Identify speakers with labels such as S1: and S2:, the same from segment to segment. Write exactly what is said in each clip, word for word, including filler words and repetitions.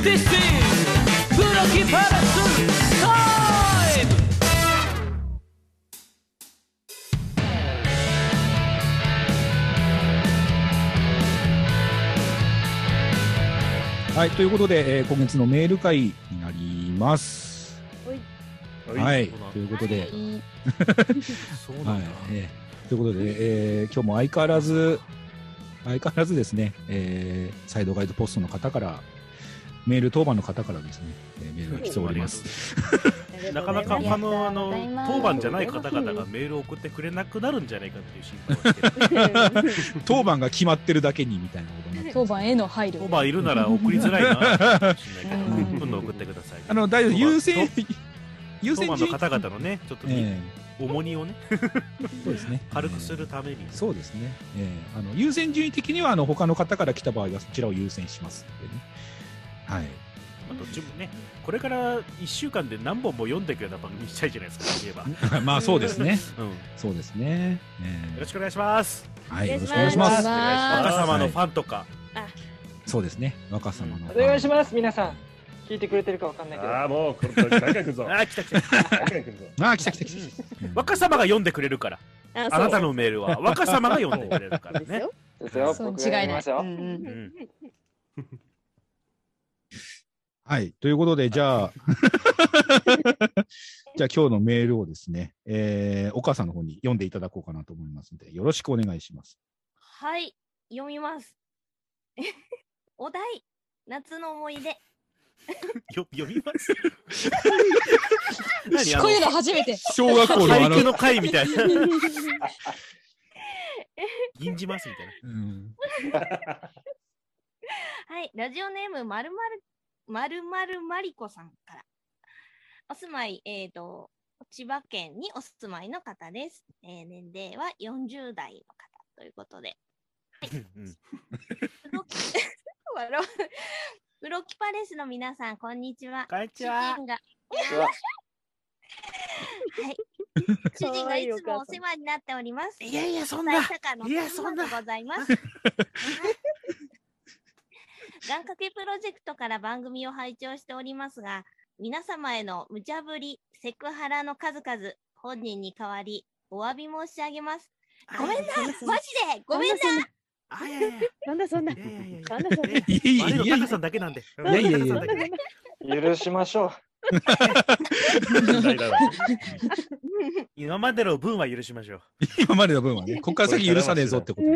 S1: This is 黒木パラスタイム。
S2: はい、ということで、えー、今月のメール会になります。はい、はい、ということで、はい、そうなんだ、はい、えー、ということで、えー、今日も相変わらず相変わらずですね、えー、サイドガイドポストの方からメール当番の方からですね、えー、メールが来ております。
S3: なかなかあのあの当番じゃない方々がメールを送ってくれなくなるんじゃないかっていう心配をしてる。
S2: 当番が決まってるだけにみたいなことになって、
S4: 当番への配慮。
S3: 当番いるなら送りづらいなかもしれないけど、どんどん送ってください。
S2: あの大丈夫、優先
S3: 優先当番の方々のね、ちょっと、えー、重荷をね、
S2: そうですね、
S3: 軽くするために、ね、
S2: そうですね、えー、あの優先順位的にはあの他の方から来た場合はそちらを優先しますのでね。はい。
S3: まあ、どっちもね、これからいっしゅうかんで何本も読んでいくような番組にしたいじゃないですか、言えば。
S2: まあそうですね、うん、そうですね、
S3: えー、よろしくお願いします。
S2: はい、よろしくお願いします。
S3: 若様のファンとか、
S2: はい、そうですね、若様の、
S5: うん、お願いします。皆さん聞いてくれてるかわかんないけど、
S6: ああもうこれガンガン来るぞ。
S3: ああ来た来た
S2: ああ来た来た来た。
S3: 若様が読んでくれるから、あなたのメールは若様が読んでくれるからね。
S5: ですよ、僕が読みますよ。
S2: はい、ということで、じゃあ、じゃあ今日のメールをですね、えー、お母さんの方に読んでいただこうかなと思いますので、よろしくお願いします。
S7: はい、読みます。お題、夏の思い出。
S3: よ読みます。
S4: 何こういうの初めて。
S2: 小学校の
S3: 俳句の会みたいな。吟じますみたいな。うん、
S7: はい、ラジオネームまるまるまるまるまりこさんから。お住まい、えっと、千葉県にお住まいの方です。えー、年齢はよんじゅう代の方ということで。はい。黒木パレスの皆さん、こんにちは。
S3: こんにちは。
S7: 主人がはい。主人がいつもお世話になっております。
S3: いやいや、そんな。いや、そんな。
S7: ございます。願掛けプロジェクトから番組を拝聴しておりますが、皆様への無茶ぶり、セクハラの数々、本人に代わりお詫び申し上げます。ごめんな、マジでごめんな。
S3: あいやいや、
S4: なんだそんな。
S3: いやいやいや、
S4: なんだそんな。
S3: いやいやいや、タカさんだけなんで。
S2: いやいやい
S5: や、許しましょう。
S3: 今までの分は許しましょう。
S2: 今までの分はね、ここから先許さねえぞってこと。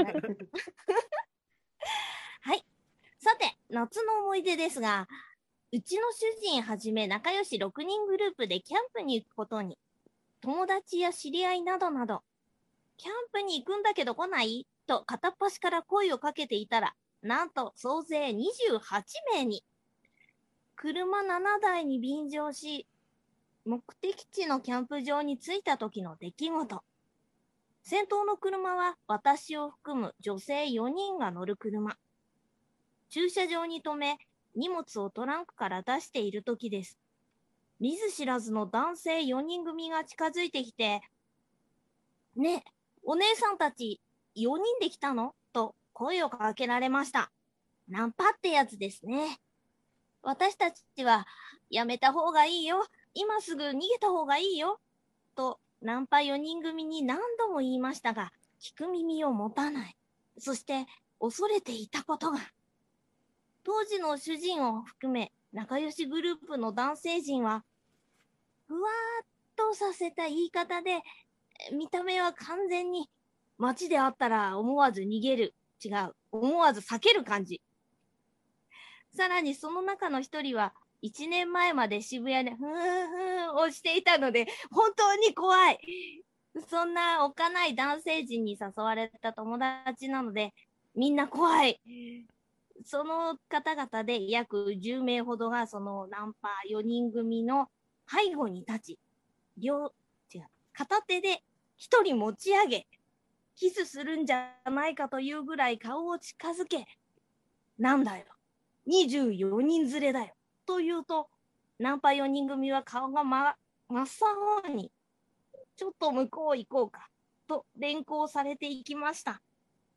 S7: はい。さて、夏の思い出ですが、うちの主人はじめ仲良しろくにんグループでキャンプに行くことに、友達や知り合いなどなど、キャンプに行くんだけど来ないと片っ端から声をかけていたら、なんと総勢にじゅうはちめいに。車ななだいに便乗し、目的地のキャンプ場に着いた時の出来事。先頭の車は私を含む女性よにんが乗る車。駐車場に停め、荷物をトランクから出している時です。見ず知らずの男性よにん組が近づいてきて、ねえ、お姉さんたちよにんで来たのと声をかけられました。ナンパってやつですね。私たちは、やめた方がいいよ。今すぐ逃げた方がいいよ。と、ナンパよにん組に何度も言いましたが、聞く耳を持たない。そして、恐れていたことが。当時の主人を含め、仲良しグループの男性陣は、ふわーっとさせた言い方で、見た目は完全に、街で会ったら思わず逃げる。違う。思わず避ける感じ。さらにその中の一人は、一年前まで渋谷でふーふーをしていたので、本当に怖い。そんなおっかない男性陣に誘われた友達なので、みんな怖い。その方々で約じゅうめいほどがそのナンパよにん組の背後に立ち、両、違う、片手で一人持ち上げ、キスするんじゃないかというぐらい顔を近づけ、なんだよ。にじゅうよにん連れだよ。というと、ナンパよにん組は顔がま、真っ青に、ちょっと向こう行こうか、と連行されていきました。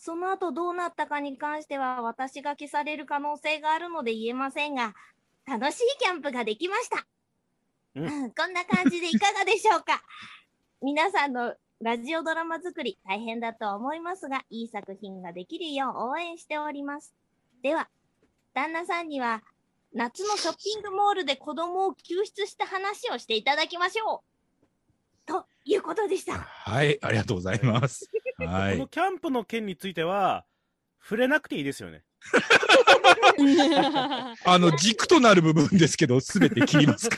S7: その後どうなったかに関しては私が消される可能性があるので言えませんが、楽しいキャンプができました。うん、こんな感じでいかがでしょうか。皆さんのラジオドラマ作り大変だとは思いますが、いい作品ができるよう応援しております。では、旦那さんには夏のショッピングモールで子供を救出した話をしていただきましょう。ということでした。
S2: はい、ありがとうございます。はい。
S3: このキャンプの件については触れなくていいですよね。
S2: あの軸となる部分ですけど、すべて切りますか。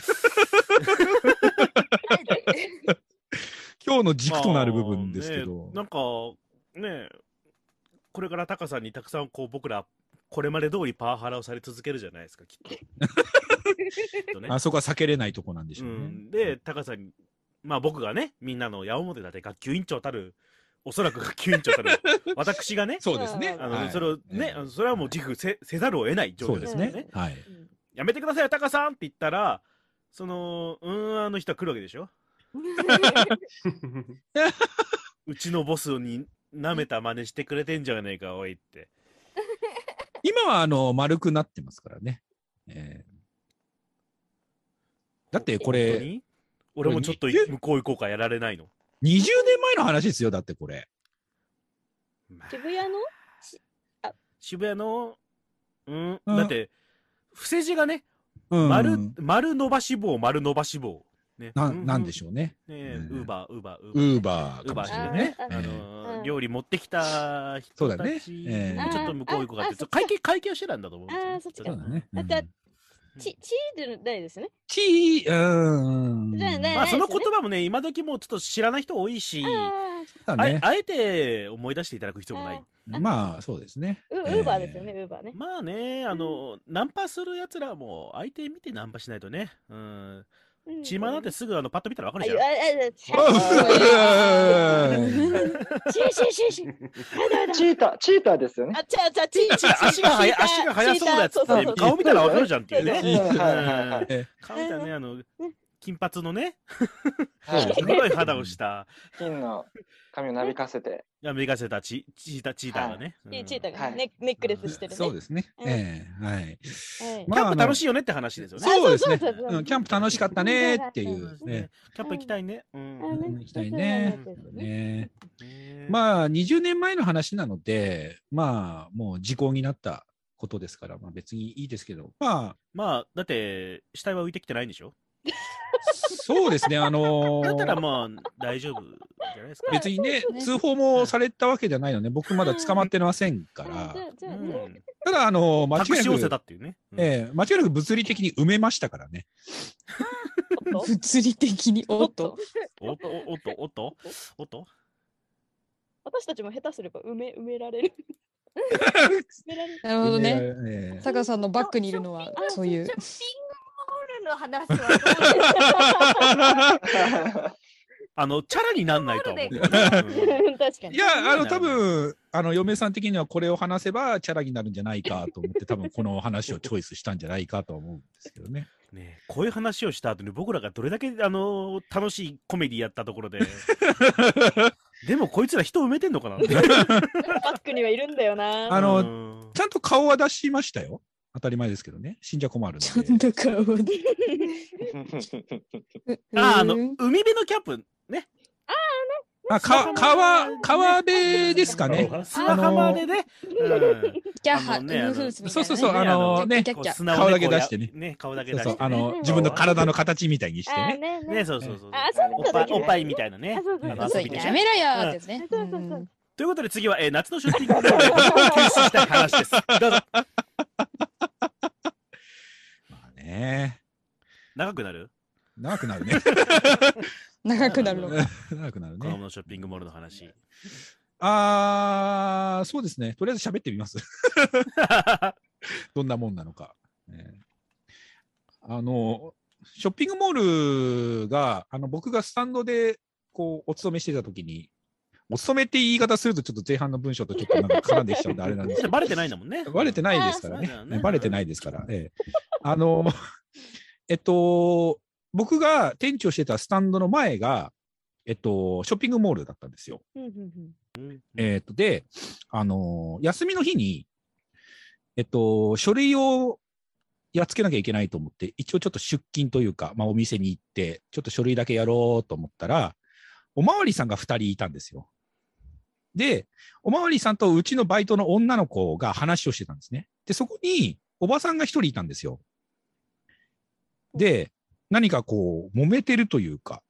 S2: 今日の軸となる部分ですけど、
S3: ね、なんかね、これからタカさんにたくさんこう僕らこれまで通りパワハラをされ続けるじゃないですか、きっと。きっとね、
S2: あそこは避けれないとこなんでしょうね。うん、
S3: で、タカさんに、まあ僕がね、みんなの矢面立て学級委員長たる、おそらく学級委員長たる私がね、
S2: そうですね。
S3: あの、はい、それをね、えー、それはもう自負 せ, せざるを得ない状況ですね。
S2: そうですね。はい。
S3: やめてくださいよ、タカさんって言ったら、その、うーん、あの人は来るわけでしょ。うちのボスに舐めた真似してくれてんじゃねえか、おいって。
S2: 今はあの丸くなってますからね。えー、だってこれ、
S3: 俺もちょっと向こう行こうかやられないの。
S2: にじゅうねんまえの話ですよ、だってこれ。
S4: 渋谷の
S3: あ渋谷の、うん、うん、だって、伏せ字がね、
S2: うん、
S3: 丸、丸伸ばし棒、丸伸ばし棒。ね、
S2: な, なんでしょうね。
S3: ウーバー、ウーバー、
S2: ウーバーかもしれないね。
S3: あの料理持ってきた人
S2: そうだね。
S3: ちょっと向こう行こうかって、会計会計をしてたんだと思うんですよ。
S4: あ、そっちか。
S2: そうだね。
S4: あとチチーでないですね。
S2: チー、うん。
S3: まあその言葉もね、今時もうちょっと知らない人多いし、あえて思い出していただく必要もない。
S2: まあそうですね。
S4: ウーバーですよね、ウーバーね。
S3: まあね、あのナンパする奴らも相手見てナンパしないとね。うん。チーマーなんてすぐあのパッと見たらわかるじゃん。
S5: チーター、チーターですよね。
S4: あ、チーター、
S3: チーター、足が速い、足が速そうなやつって顔見たらわかるじゃんっていうね。顔見たらね、あの金髪のね、すごい肌をした
S5: 金の髪をなびかせて、
S3: なびかせたチーター、チーターがね、
S4: チーターがネックレスしてるね。
S2: そうですね。ええ、はい。
S3: キャンプ楽しいよねって話ですよね。
S2: そうですね。キャンプ楽しかったねっていうね。
S3: キャンプ行きたいね。
S2: 行きたいね。まあにじゅうねんまえの話なので、まあもう時効になったことですから、まあ別にいいですけど、まあ
S3: まあだって死体は浮いてきてないんでしょ。
S2: そうですね、あのー、
S3: だったらまあ大丈夫じゃないですか。
S2: 別にね、通報もされたわけじゃないので、僕まだ捕まってませんから。ただ、あのー、間違いなく、
S3: ねうん、
S2: えー、間違いなく物理的に埋めましたからね。
S4: 物理的におっと
S3: おっとおっとおっとおっと
S4: 私たちも下手すれば埋め埋められる。
S6: なるほどね。坂さんのバックにいるのはそういう。
S7: の話は
S3: あのチャラになんないと思う。
S4: 確かに。
S2: いや、あの多分あの嫁さん的にはこれを話せばチャラになるんじゃないかと思って多分この話をチョイスしたんじゃないかと思うんですけどね。
S3: ね、こういう話をした後に僕らがどれだけあの楽しいコメディやったところででもこいつら人埋めてんのかな。バ
S4: ックにはいるんだよな。
S2: あのちゃんと顔は出しましたよ。当たり前ですけどね。死んじゃ困るので。
S6: ちゃんと顔で。
S3: あ、あの海辺のキャンプね。
S2: あ、か、川、川辺ですかね。
S3: 砂浜でね。
S6: キャッハ、ね、
S2: そうそうそう、あのね、顔だけ出してね。
S3: ね、顔だけ出して。
S2: あの、自分の体の形みたいにしてね。
S3: ね、そうそうそう。
S4: お
S3: っぱいみたいなね。
S6: やめろよってやつね。
S3: ということで次は夏のショッピングモールで吸収したい話です。どうぞ。
S2: まあね。
S3: 長くなる？
S2: 長くなるね。
S6: 長くなるの。
S2: 長くなるね。
S3: 子供のショッピングモールの話。
S2: あー、そうですね。とりあえず喋ってみます。どんなもんなのか。ね、あの、ショッピングモールが、あの、僕がスタンドで、こう、お勤めしてた時に、お勤めって言い方するとちょっと前半の文章とちょっとなんか絡んできちゃうんであれなんですけど。
S3: バレてないんだもんね。
S2: バレてないですからね。ねバレてないですから。ええ、あの、えっと、僕が店長してたスタンドの前が、えっと、ショッピングモールだったんですよ。 えっと、で、あのー、休みの日に、えっと、書類をやっつけなきゃいけないと思って、一応ちょっと出勤というか、まあお店に行って、ちょっと書類だけやろうと思ったら、おまわりさんがふたりいたんですよ。で、おまわりさんとうちのバイトの女の子が話をしてたんですね。で、そこにおばさんがひとりいたんですよ。で、何かこう、揉めてるというか、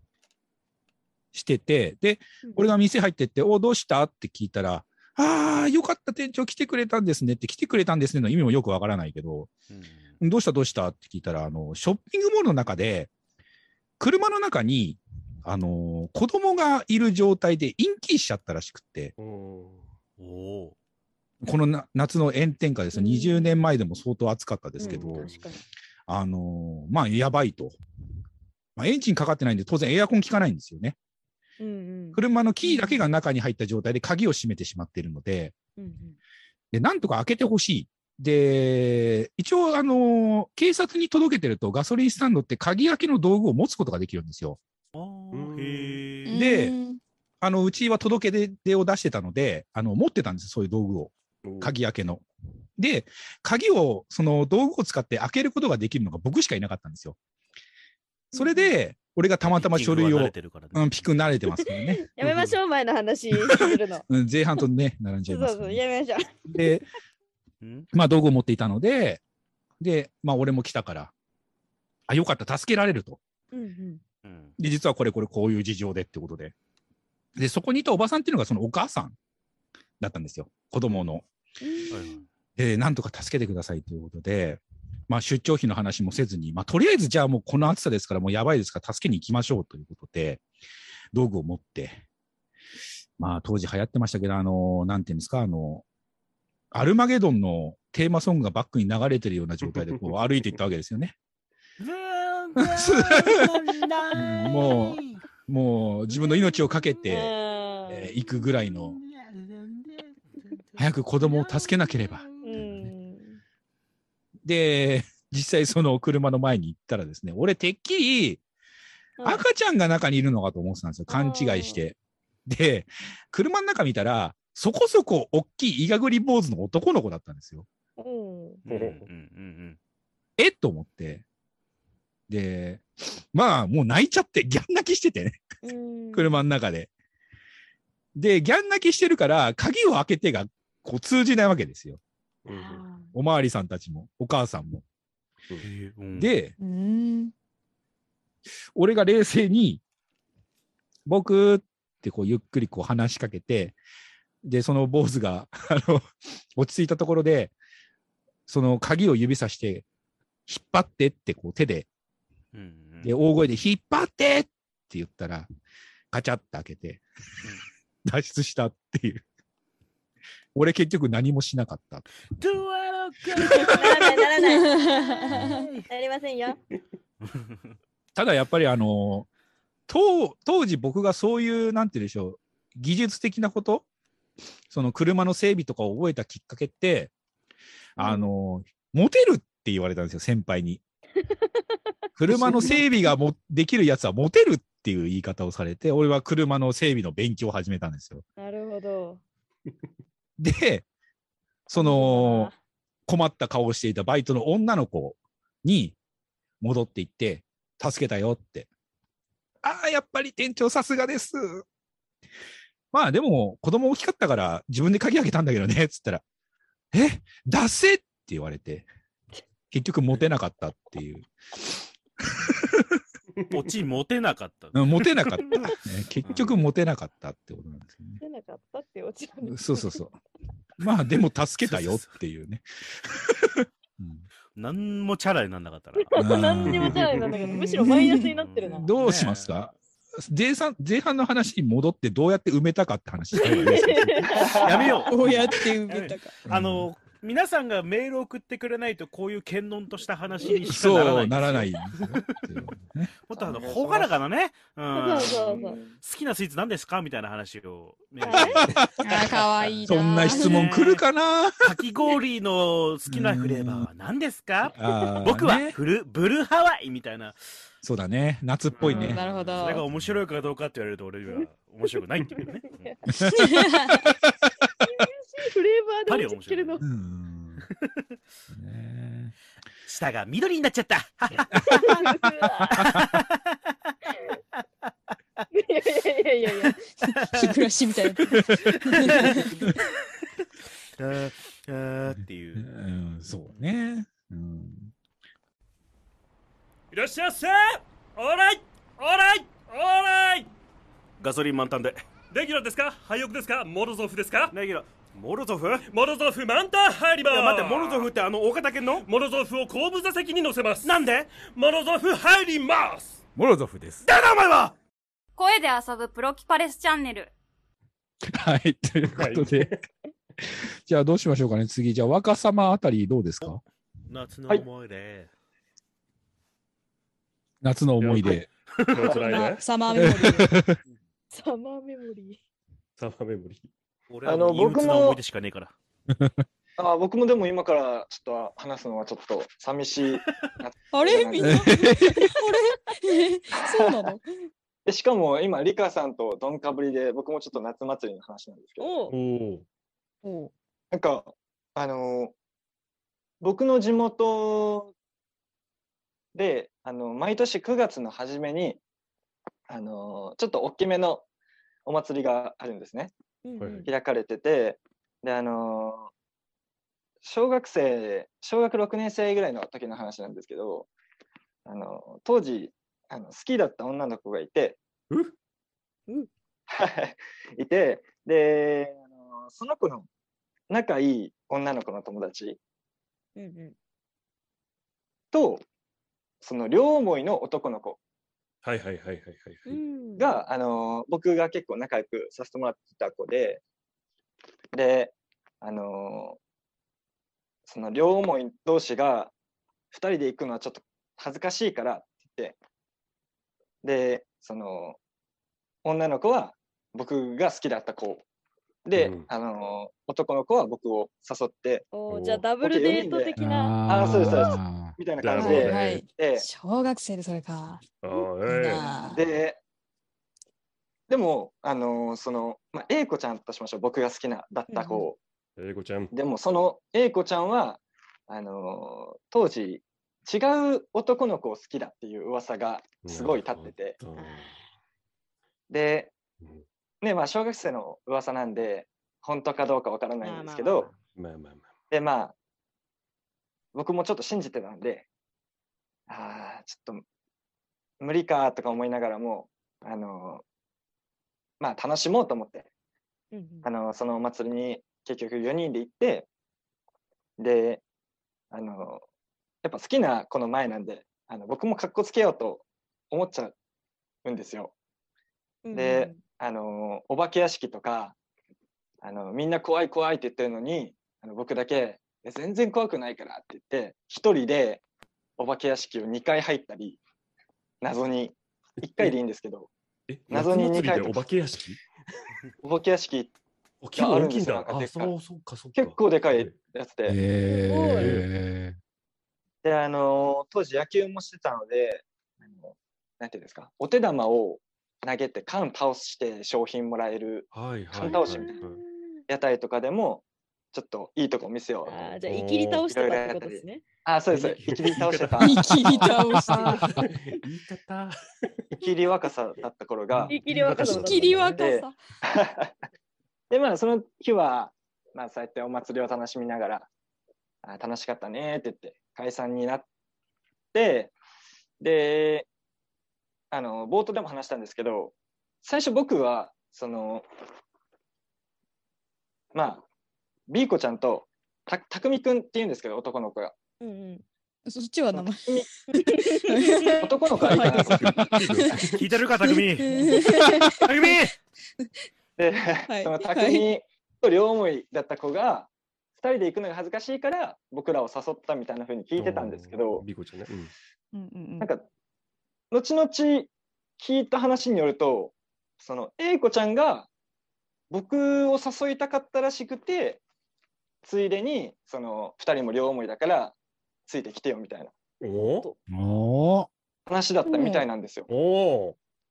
S2: してて、で、俺が店入ってって、お、どうしたって聞いたら、ああ、よかった、店長来てくれたんですねって、来てくれたんですねの意味もよくわからないけど、うん、どうしたどうしたって聞いたら、あの、ショッピングモールの中で、車の中に、あのー、子供がいる状態でインキーしちゃったらしくって、おこのな夏の炎天下ですよ、にじゅうねんまえでも相当暑かったですけど、うん、あのー、まあ、やばいと。まあ、エンジンかかってないんで、当然エアコン効かないんですよね。うんうん、車のキーだけが中に入った状態で鍵を閉めてしまっているので、うんうん、で、なんとか開けてほしい。で、一応、あのー、警察に届けてるとガソリンスタンドって鍵開けの道具を持つことができるんですよ。へで、あの、うちは届け出を出してたので、あの、持ってたんですよ、そういう道具を。鍵開けの。で、鍵を、その道具を使って開けることができるのが僕しかいなかったんですよ。それで、俺がたまたま書類を、うん、ピク慣れてますからね。
S4: やめましょう、前の話するの。
S2: うん、前半とね、並んじゃいます、ね。
S4: そうそう、やめましょう。
S2: で、まあ道具を持っていたので、で、まあ俺も来たから、あ、よかった、助けられると。うんうん、で、実はこれこれこういう事情でってことで。で、そこにいたおばさんっていうのがそのお母さんだったんですよ。子供の。うん、で、なんとか助けてくださいということで、まあ出張費の話もせずに、まあとりあえずじゃあもうこの暑さですからもうやばいですから助けに行きましょうということで、道具を持って、まあ当時流行ってましたけど、あの、なんていうんですか、あの、アルマゲドンのテーマソングがバックに流れてるような状態でこう歩いていったわけですよね。もう、もう自分の命をかけて、えー、行くぐらいの、早く子供を助けなければ。で、実際その車の前に行ったらですね、俺てっきり赤ちゃんが中にいるのかと思ってたんですよ。勘違いして。で、車の中見たら、そこそこ大きいイガグリ坊主の男の子だったんですよ。えっと思って。で、まあもう泣いちゃってギャン泣きしててね。車の中で。で、ギャン泣きしてるから、鍵を開けてがこう通じないわけですよ。おまわりさんたちも、お母さんも。で、俺が冷静に、僕ってこうゆっくりこう話しかけて、で、その坊主が、あの、落ち着いたところで、その鍵を指さして、引っ張ってってこう手で、で、大声で引っ張ってって言ったら、カチャッと開けて、脱出したっていう。俺結局何もしなかった。
S4: ならない、ならない。なりませんよ。
S2: ただやっぱりあの、当、当時僕がそういう、なんて言うんでしょう、技術的なこと、その車の整備とかを覚えたきっかけって、うん、あの、モテるって言われたんですよ、先輩に。車の整備がもできるやつはモテるっていう言い方をされて、俺は車の整備の勉強を始めたんですよ。
S4: なるほど。
S2: で、その、困った顔をしていたバイトの女の子に戻って行って、助けたよって。ああ、やっぱり店長さすがです。まあでも、子供大きかったから自分で鍵開けたんだけどね、つったら、え、出せって言われて、結局モテなかったっていう。
S3: オチモテなかった。
S2: モテなかった、ね。結局モテなかったってことなんですよね。
S4: モテなかったってオチなんです。
S2: そうそうそう。まあでも助けたよっていうね。
S3: うん、何もチャラになんなかった
S4: な。何にもチャラになんなかった。むしろマイナスになってるな。
S2: どうしますか、ね、前半、前半の話に戻ってどうやって埋めたかって話したいですか
S3: やめよう。
S6: どうやって埋めたか。
S3: あの、皆さんがメールを送ってくれないとこういう検論とした話にしかならない。
S2: そうならないんですよ。
S3: もっとあのほがらかなね、うん、そうそうそう、好きなスイーツ何ですかみたいな話をメール
S6: で。あ、かわいいな。
S2: そんな質問来るかな。
S3: かき氷の好きなフレーバーは何ですか？僕はフルブルーハワイみたいな。
S2: そうだね。夏っぽいね。
S6: なるほど。
S3: それが面白いかどうかって言われると俺は面白くないっていうね。
S4: フレーバーで落ち着けるの。
S3: 舌が緑になっちゃった。
S4: いやいやいやいやいや。
S6: 日暮らしみたいな。
S3: あーあーっていう。
S2: うん、そうね。うん、
S1: いらっしゃいませ。オーライオーライオーライ。
S3: ガソリン満タンで。
S1: レギュラーですか、ハイオクですか、モロゾフですか。
S3: レギュラー。モロゾフ？
S1: モロゾフ満タン入ります。
S3: いや待って、モロゾフってあの大型犬の？
S1: モロゾフを後部座席に乗せます。
S3: なんで？
S1: モロゾフ入ります。
S3: モロゾフです。誰だお前は！
S8: 声で遊ぶプロキパレスチャンネル。
S2: はい、ということで、はい、じゃあどうしましょうかね。次、じゃあ若様あたりどうですか？
S3: 夏の思い出、はい、
S2: 夏の思い出。
S6: サマーメモリー。
S4: サマーメモリー。
S3: サマーメモリー。
S5: 俺あの僕も
S3: 思い出しかねえから。
S5: あ僕もでも今からちょっと話すのはちょっと寂しい。
S6: あれみんな。あれそうなの？
S5: でしかも今リカさんとどんかぶりで僕もちょっと夏祭りの話なんですけど、
S4: お
S5: おなんかあの僕の地元であの毎年くがつの初めにあのちょっと大きめのお祭りがあるんですね。うん、開かれてて、であの小学生小学ろくねん生ぐらいの時の話なんですけど、あの当時あの好きだった女の子がいて、いて、であのその子の仲いい女の子の友達、うんうん、とその両思いの男の子
S3: はいはいはいはいはい
S5: があの僕が結構仲良くさせてもらってた子で、であのその両思い同士がふたりで行くのはちょっと恥ずかしいからって言って、でその女の子は僕が好きだった子で、うん、あの男の子は僕を誘って、
S4: おじゃあダブルデート的な、
S5: ああそうですそうですみたいな感じで、
S6: はいはい、小学生でそれか。
S5: ででもあのその、まあ、A子ちゃんとしましょう、僕が好きなだった子、
S3: うん、A子ちゃん。
S5: でもその A子ちゃんはあの当時違う男の子を好きだっていう噂がすごい立ってて、で、ねまあ、小学生の噂なんで本当かどうかわからないんですけど、まあまあまあ、でまあ僕もちょっと信じてたんで、ああちょっと無理かとか思いながらもあのまあ楽しもうと思って、うんうん、あのそのお祭りに結局よにんで行って、であのやっぱ好きな子の前なんであの僕もかっこつけようと思っちゃうんですよ。で、うん、あのお化け屋敷とかあのみんな怖い怖いって言ってるのに、あの僕だけ全然怖くないからって言って一人でお化け屋敷をにかい入ったり、謎にいっかいでいいんですけど謎ににかい
S3: お化け屋敷
S5: お化け屋敷があるんですよ。結構でかいやつで、えーであの当時野球もしてたので、あのなんていうんですか、お手玉を投げて缶倒して商品もらえる缶倒しみたいな屋台とかでもちょっといいとこ見せよう。
S4: あじゃあいきり倒してたってことですね。
S5: あそうです。いきり倒してた。
S6: いきり倒した。
S3: 言い方。
S5: いきり若さだった頃が。
S4: いきり若さ。
S6: いきり若さ。
S5: でまあその日はまあそうやってお祭りを楽しみながら、あ楽しかったねって言って解散になって、であの冒頭でも話したんですけど、最初僕はそのまあ B 子ちゃんとたたくみくんって言うんですけど、男の子が、うん
S6: うん、そっちは名前
S5: 男の子はいいかな
S3: 聞いてるかたくみたくみ
S5: で、はい、そのたくみと両思いだった子がふたりで行くのが恥ずかしいから僕らを誘ったみたいな風に聞いてたんですけど、
S3: B 子ちゃんね、
S5: うん、なんか後々聞いた話によると、その A 子ちゃんが僕を誘いたかったらしくて、ついでにそのふたりも両思いだからついてきてよみたいな
S2: お
S5: 話だったみたいなんですよ。お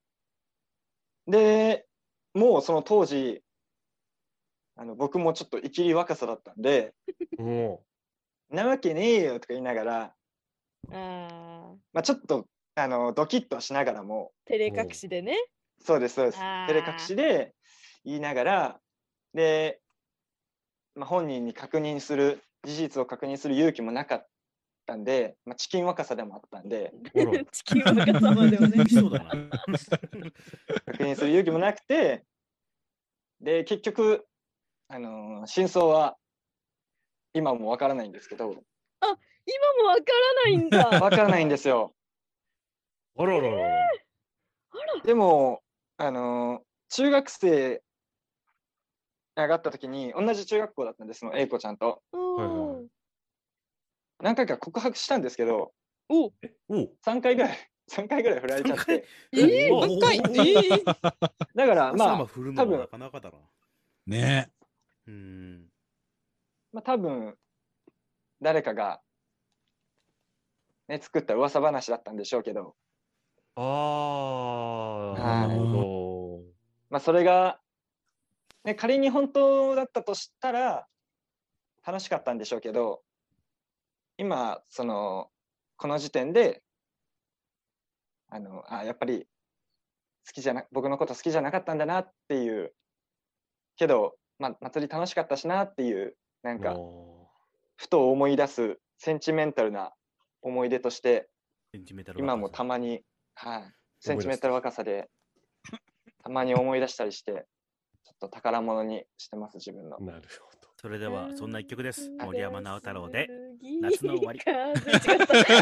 S5: で、もうその当時、あの僕もちょっといきり若さだったんで、なわけねえよとか言いながら、あまあちょっとあのドキッとしながらも、
S4: 照れ隠しでね。
S5: そうです、そうです。照れ隠しで言いながら、で、まあ、本人に確認する、事実を確認する勇気もなかったんで、まあ、チキン若さでもあったんで、
S4: チキン若さまでもね。そうだな。
S5: 確認する勇気もなくて、で、結局、あのー、真相は今もわからないんですけど。
S4: あ、今もわからないんだ。
S5: わからないんですよ。
S3: あらららら。
S5: でも、あのー、中学生上がった時に同じ中学校だったんです、その英子ちゃんと。何回か告白したんですけど、
S4: お
S5: さんかいぐらい、さんかいぐらい振られちゃって。
S6: えー、何回えー、
S5: だから、まあ、
S3: 多分、なかなかだな。
S2: ね
S3: え。うん。
S5: まあ、多分、誰かが、ね、作った噂話だったんでしょうけど。
S9: ああ、なるほど。
S5: まあ、それが、ね、仮に本当だったとしたら、楽しかったんでしょうけど、今、その、この時点で、あの、あ、やっぱり、好きじゃな、僕のこと好きじゃなかったんだなっていう、けど、まあ、祭り楽しかったしなっていう、なんか、ふと思い出すセンチメンタルな思い出として、今もたまに、はい、センチメンタル若さで、たまに思い出したりして、ちょっと宝物にしてます、自分の。
S9: なるほど。
S3: それでは、そんな一曲です。森山直太朗で、夏の終わり。
S4: 違った。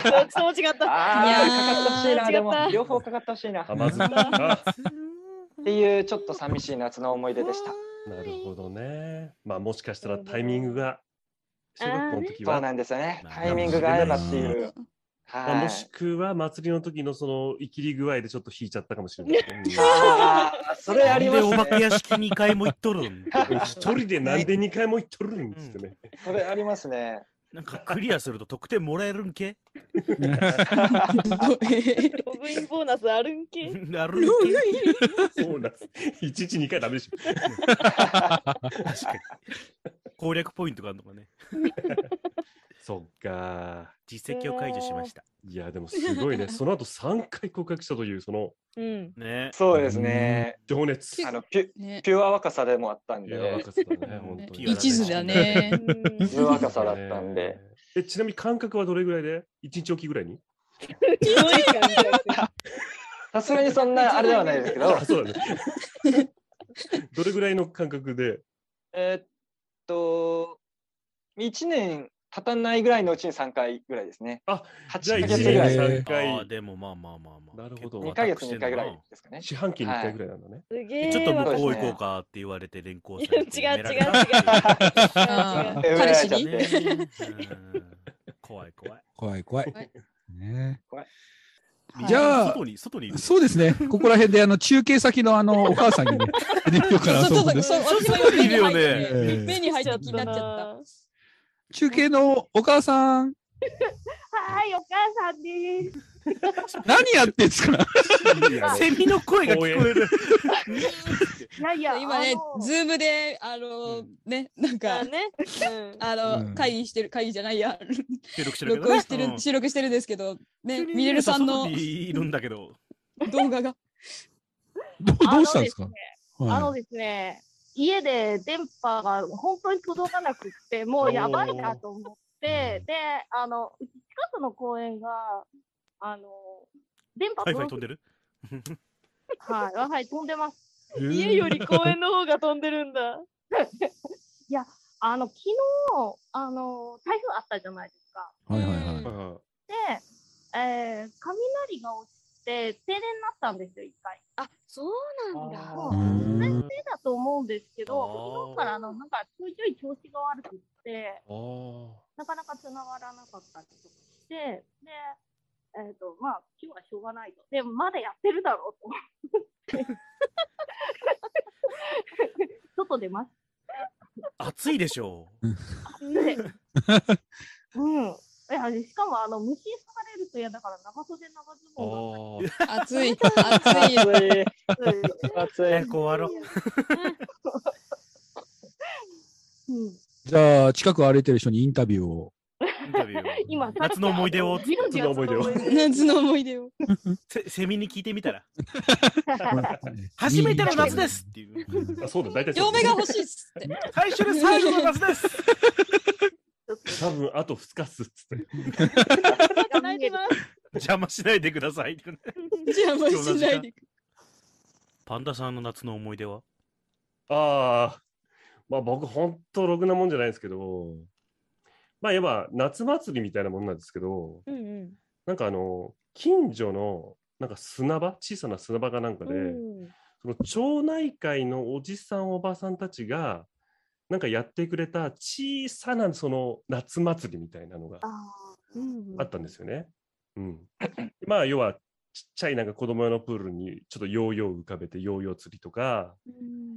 S4: どっちとも違った。
S5: ああ、かかってほしいな、でも、両方かかってほしいな。
S9: まず
S5: っていう、ちょっと寂しい夏の思い出でした。
S9: なるほどね。まあ、もしかしたらタイミングが、小学校の時は。
S5: そうなんですよね。タイミングが合えばっていう。
S9: まあ、もしくは祭りの時のその生きり具合でちょっと引いちゃったかもしれない、ね。
S5: ああ、それありますね。
S3: お化け屋敷にかいも行っとるん。
S9: 一人でなんでにかいも行っとるんですってね。
S5: それありますね。
S3: なんかクリアすると得点もらえるんけ？
S4: ログインボーナスあるんけ？
S3: あるん
S9: け？ボーナス。いちいちにかいダメでしょ。
S3: 確かに。攻略ポイントがあるのかね。
S9: そっか。
S3: 実績を解除しました。
S9: いや、でもすごいね。その後さんかい告白したという、その。
S4: うん。
S3: ね。
S5: そうですね。
S9: 情熱。
S5: あの、ピュ、ね、ピュア若さでもあったんで。
S9: ピュア若さだね、本当に。
S6: 一途だね。
S5: ピュア若さだったんで。
S9: え、ちなみに間隔はどれぐらいで？一日おきぐらいに？
S5: さすがにそんなあれではないですけど。
S9: そうだね。どれぐらいの間隔で？
S5: えっと、いちねん経たないぐらいのうちにさんかいぐらいですね。
S9: あ、
S5: はちかげつぐらい。
S9: さんかい。
S3: あ、でもまあまあまあま
S9: あ。なるほど。
S5: にかげつにいっかいぐらいですかね。
S9: 四半期にいっかいぐらいなんだね。
S4: すげえ。
S3: ちょっと向こう行こうかって言われて連行されて。
S4: 違う違う違う。
S6: 彼氏に
S3: 怖い怖い。
S2: 怖い怖い。ね。
S5: 怖い。
S2: じゃあ、
S3: 外に、外にいる。
S2: そうですね。ここら辺で、あの、中継先の、あの、お母さんにね、出てみようかなと思うんです。
S6: 外にいるよね。目に入って気になっちゃった。
S2: 中継のお母さん。
S7: はい、お母さんです。
S2: 何やってんすか？
S3: セミの声が聞こえる。
S7: いやいや、
S6: 今ね、ズームで、あの、ね、なんか、あの、会議してる、会議じゃないや。
S3: 収録してる。
S6: 録音してる、収録してるんですけど、ね、ミレルさんの。
S3: いるんだけど。
S6: 動画が。
S2: どうしたんですか？
S7: あのですね、家で電波が本当に届かなくって、もうやばいなと思って、で、あの、うち近くの公園が、あの、電波
S3: 飛んでる
S7: はい、はい、飛んでます。
S4: 家より公園の方が飛んでるんだ。
S7: いや、あの、昨日、あの、台風あったじゃないですか。
S2: はいはいはい。
S7: で、えー、雷が落ちて、停電になったんですよ、一回。
S4: あ、そうなんだ。
S7: それのせいだと思うんですけど、昨日からあの、なんか、ちょいちょい調子が悪くって、なかなか繋がらなかったりとかして、で、えっと、まあ、今日はしょうがないと。でも、まだやってるだろうと思って。外出ます。
S3: 暑いでしょ
S7: う。暑い。うん。いや、しかも、あの、虫刺される
S4: と嫌だから長袖長ズボン。
S6: 暑い暑い
S5: 暑い
S3: 暑い。早く終わろう。
S2: じゃあ近く歩いてる人にインタビューを。
S3: インタビューを。
S4: 今
S3: 夏の思い出を。
S6: 夏の思い出を。夏の思い出を。
S3: セセミに聞いてみたら。初めての夏ですっていう。
S9: あ、そうだ、大体。
S6: 嫁が欲しいっすって。
S3: 最初で最後の夏です。
S9: 多分あとふつかっすっつって。
S3: 邪魔しないでください。
S6: 邪魔しないで。
S3: パンダさんの夏の思い出は？
S9: ああ、まあ僕本当ろくなもんじゃないですけど、まあいわば夏祭りみたいなもんなんですけど、
S4: うんうん、
S9: なんかあの近所のなんか砂場、小さな砂場かなんかで、うん、その町内会のおじさんおばさんたちがなんかやってくれた小さなその夏祭りみたいなのがあったんですよね。うん、まあ要はちっちゃいなんか子供用のプールにちょっとヨーヨー浮かべてヨーヨー釣りとか、うん、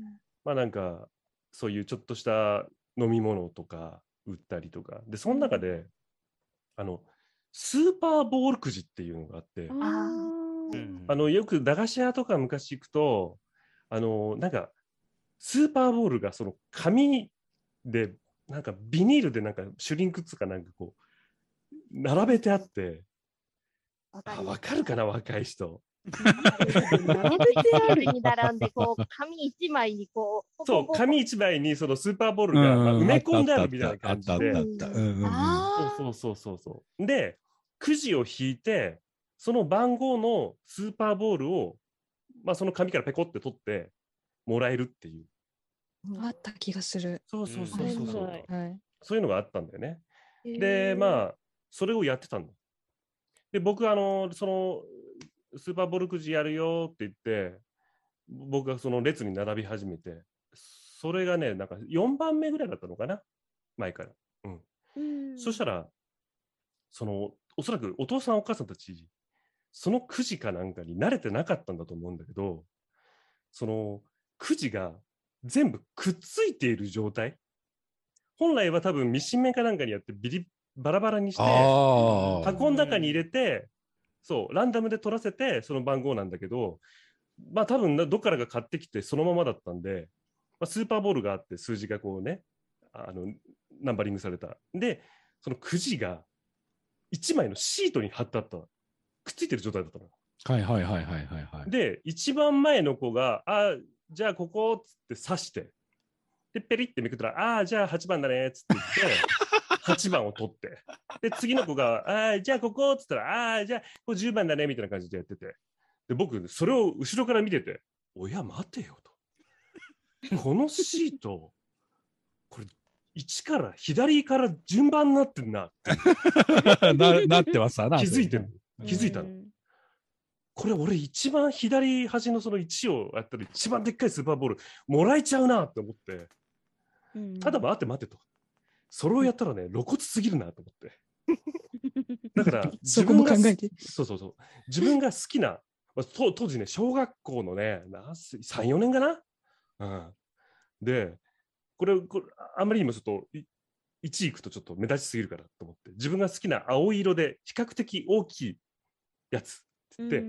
S9: まあなんかそういうちょっとした飲み物とか売ったりとかで、その中で、うん、あのスーパーボールくじっていうのがあって、あ、あのよく駄菓子屋とか昔行くとあのなんかスーパーボールがその紙でなんかビニールでなんかシュリンクっつうかなんかこう並べてあって、あ、分かるかな若い人。
S4: 並べてあるに並んでこう紙一枚にこう
S9: そう紙一枚にそのスーパーボールが、まあ、埋め込んであるみたいな感じで、そうそうそうそうでくじを引いてその番号のスーパーボールを、まあ、その紙からペコって取ってもらえるっていう。
S6: あった気がする。
S9: そうそうそうそうそう、
S6: はい、
S9: そういうのがあったんだよね。でまあそれをやってたんだ。で僕あのそのスーパーボールくじやるよって言って僕がその列に並び始めて、それがねなんかよんばんめぐらいだったのかな前から、うん、うんそしたらそのおそらくお父さんお母さんたちそのくじかなんかに慣れてなかったんだと思うんだけど、そのくじが全部くっついている状態、本来は多分ミシン目かなんかにやってビリバラバラにして箱の中に入れてそうランダムで取らせてその番号なんだけど、まあ多分どっからか買ってきてそのままだったんで、まあ、スーパーボールがあって数字がこうねあのナンバリングされたで、そのくじがいちまいのシートに貼ってあったくっついてる状態だったの。
S2: はいはいはいはいはいはい。
S9: で一番前の子があじゃあここっつって刺してでペリってめくったらあじゃあはちばんだねっつって言ってはちばんを取ってで次の子があじゃあここっつったらあじゃあこれじゅうばんだねみたいな感じでやってて、で僕それを後ろから見てておや待てよとこのシートこれいちから左から順番になってんなって
S2: な, なってますわな
S9: 気づいてる気づいたの。これ俺一番左端のそのいちをやったら一番でっかいスーパーボールもらえちゃうなって思って、うん、ただ待って待ってとそれをやったらね露骨すぎるなと思ってだから自分が
S6: そこも考えて
S9: そうそうそう自分が好きな当時ね小学校のねさん、よねんかな、うん、でこれこれあんまりにもちょっといちいくとちょっと目立ちすぎるからと思って自分が好きな青色で比較的大きいやつで、うん、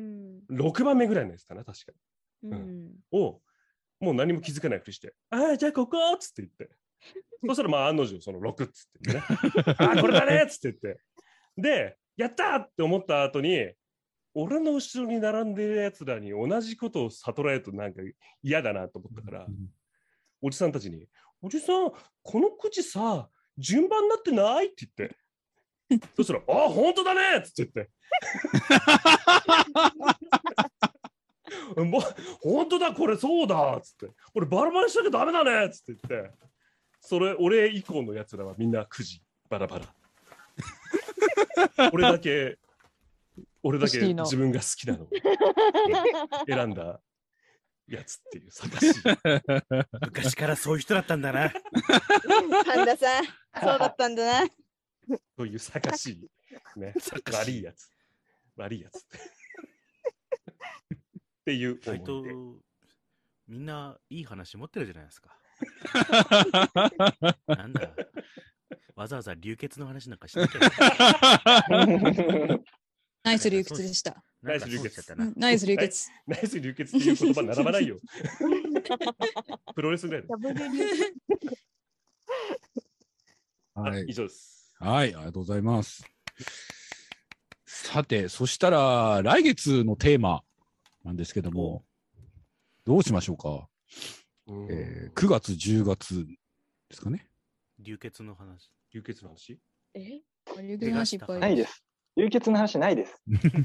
S9: ろくばんめぐらいのやつかな確かに、うん、をもう何も気づかないふりしてああじゃあここっつって言ってそしたらまあ案の定そのろくっつってねああこれだねっつって言ってでやったって思った後に俺の後ろに並んでるやつらに同じことを悟られるとなんか嫌だなと思ったから、うん、おじさんたちにおじさんこのくじさ順番になってないって言ってそしたらああ本当だねっつって言ってもう本当だこれそうだっつって俺バラバラにしなきゃダメだねっつって言ってそれ俺以降のやつらはみんなくじバラバラ俺だけ俺だけ自分が好きなのを選んだやつっていう探し
S3: 昔からそういう人だったんだな
S6: 神田さんそうだったんだな
S9: そういう探しね悪いやつ悪いやつっていう思い出。
S3: みんないい話持ってるじゃないですかなんだわざわざ流血の話なんかしなきゃ
S6: ナイス流血でした。
S9: ナイス流血。
S6: ナイス流血。
S9: ナイス流血っていう言葉並ばないよ。プロレスだよ。はい、以上です。
S2: はい、ありがとうございます。さて、そしたら来月のテーマなんですけども、どうしましょうか。えー、くがつ、じゅうがつですかね。
S3: 流血の話。
S9: 流血の話？
S6: え？流血の話いっぱい。
S5: ないです。流血の話ないです。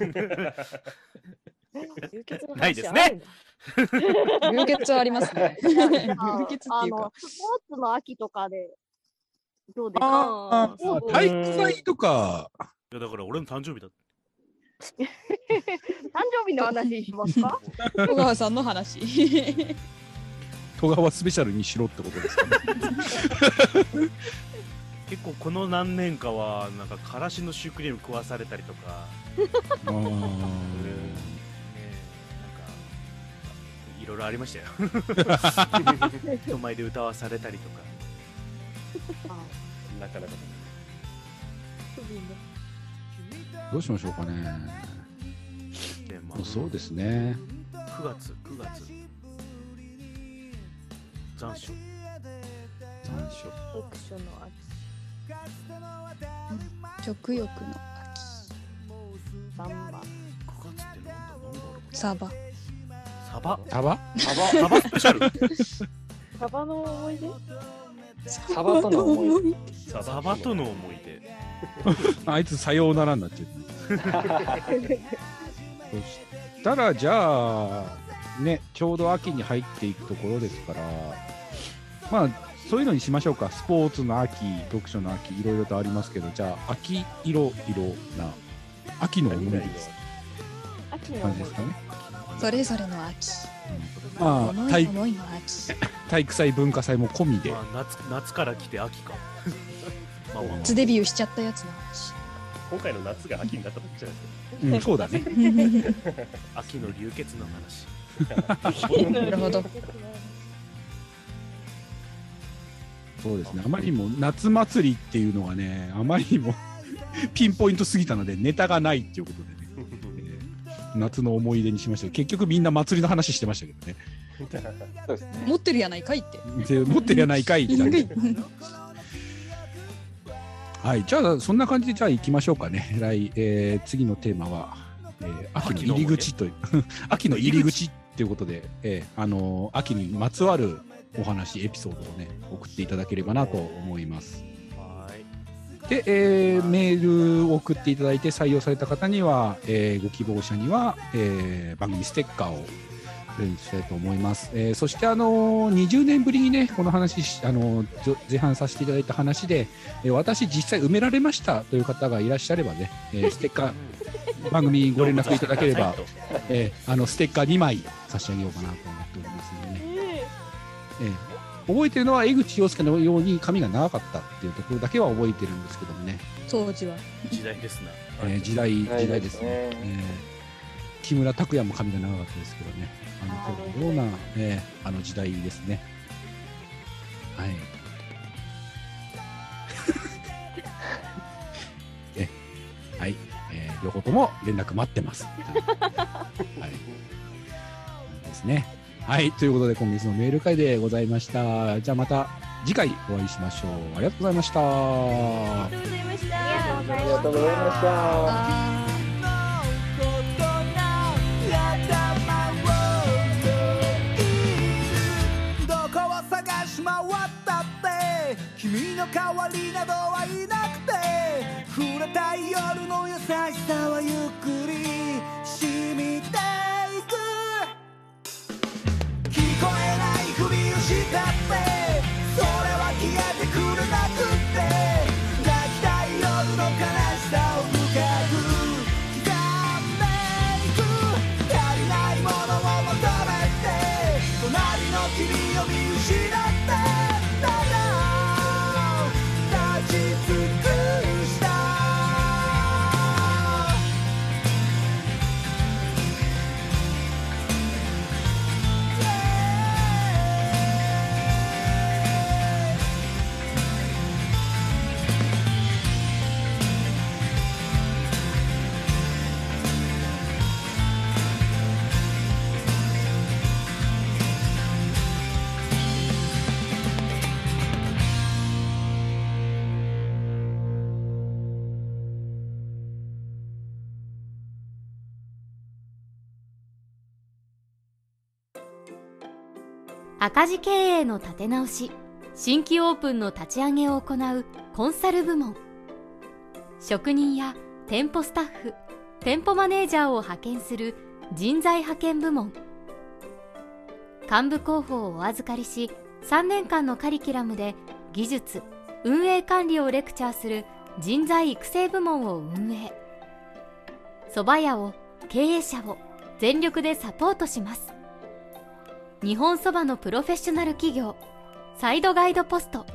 S3: 流血の話ないですね。
S6: 流血はありますね。流血っていうか。
S4: スポーツの秋とかで。どうです
S2: か？体育祭とか。
S3: いやだから俺の誕生日だ。
S4: 誕生日の話しますか？
S6: 戸川さんの話。
S2: 戸川スペシャルにしろってことですかね。
S3: 結構この何年かはなんかからしのシュークリーム食わされたりとか。ああ。ね、なんかいろいろありましたよ。人前で歌わされたりとか。
S9: なかなか。
S2: どうしましょうかね。そうですね。
S3: くがつ、くがつ。残暑。
S2: 残暑。
S4: 読書の秋。
S6: 食欲の秋。
S4: サンバ。
S3: くがつってなんだ、なんだろう。
S6: サバ。
S3: サバ。
S2: サバ。
S3: サバ。サバスペシャル。
S4: サバの思い出。
S5: サバとの思い
S3: 出。サバとの思い出。
S2: あいつさようならになっちゃう。そしたらじゃあね、ちょうど秋に入っていくところですから、まあそういうのにしましょうか。スポーツの秋、読書の秋、いろいろとありますけど、じゃあ秋色々な秋の思い出です
S4: 秋の
S2: 感じですかね。
S6: それぞれの秋、
S2: うん、まあ体
S6: 思いの秋、
S2: 体育祭文化祭も込みで、
S3: まあ、夏, 夏から来て秋か。
S6: まあまあ夏デビューしちゃったやつの話。
S9: 今回の夏が秋になった時じゃないですか。
S2: うん、そうだね。
S3: 秋の流血の話。
S6: なるほど。
S2: そうですね。あまりにも夏祭りっていうのがね、あまりにもピンポイントすぎたのでネタがないっていうことでね、えー、夏の思い出にしましたけど、結局みんな祭りの話してましたけどね。
S6: そうですね。持ってるやないかいって。
S2: 持ってるやないかいって。はい、じゃあそんな感じでじゃあ行きましょうかね。来、えー、次のテーマは、えー、秋の入り口という秋の入り口ということで、えー、あのー、秋にまつわるお話エピソードをね送っていただければなと思います。
S3: はい。
S2: で、えー、メールを送っていただいて採用された方には、えー、ご希望者には、えー、番組ステッカーをプレゼントしたいと思います。えー、そしてあのー、にじゅうねんぶりにねこの話あのー、前半させていただいた話で、えー、私実際埋められましたという方がいらっしゃればね、えー、ステッカー番組にご連絡いただければ、えー、あのステッカーにまい差し上げようかなと思っておりますのでね、えー、覚えてるのは江口洋介のように髪が長かったっていうところだけは覚えてるんですけどもね。
S6: 当時は
S3: 時代ですな、
S2: えー、時代時代ですね、えー、木村拓哉も髪が長かったですけどね、あの頃のような、えー、あの時代ですね。はい。えはい、えー、両方とも連絡待ってます。はい。ですね。はい、ということで今月のメール会でございました。じゃあまた次回お会いしましょう。ありがとうございました。
S4: ありがとうございました。
S5: ありがとうございました。
S1: 回ったって君の代わりなどはいなくて、触れたい夜の優しさはゆっくり染みていく。聞こえないふりをしたってそれは消えてくれなくって、泣きたい夜の悲しさを深く刻んでいく。足りないものを求めて隣の君を見失って
S10: 赤字経営の立て直し、新規オープンの立ち上げを行うコンサル部門、職人や店舗スタッフ、店舗マネージャーを派遣する人材派遣部門、幹部候補をお預かりし、さんねんかんのカリキュラムで技術、運営管理をレクチャーする人材育成部門を運営。蕎麦屋を、経営者を全力でサポートします。日本蕎麦のプロフェッショナル企業、サイドガイドポスト。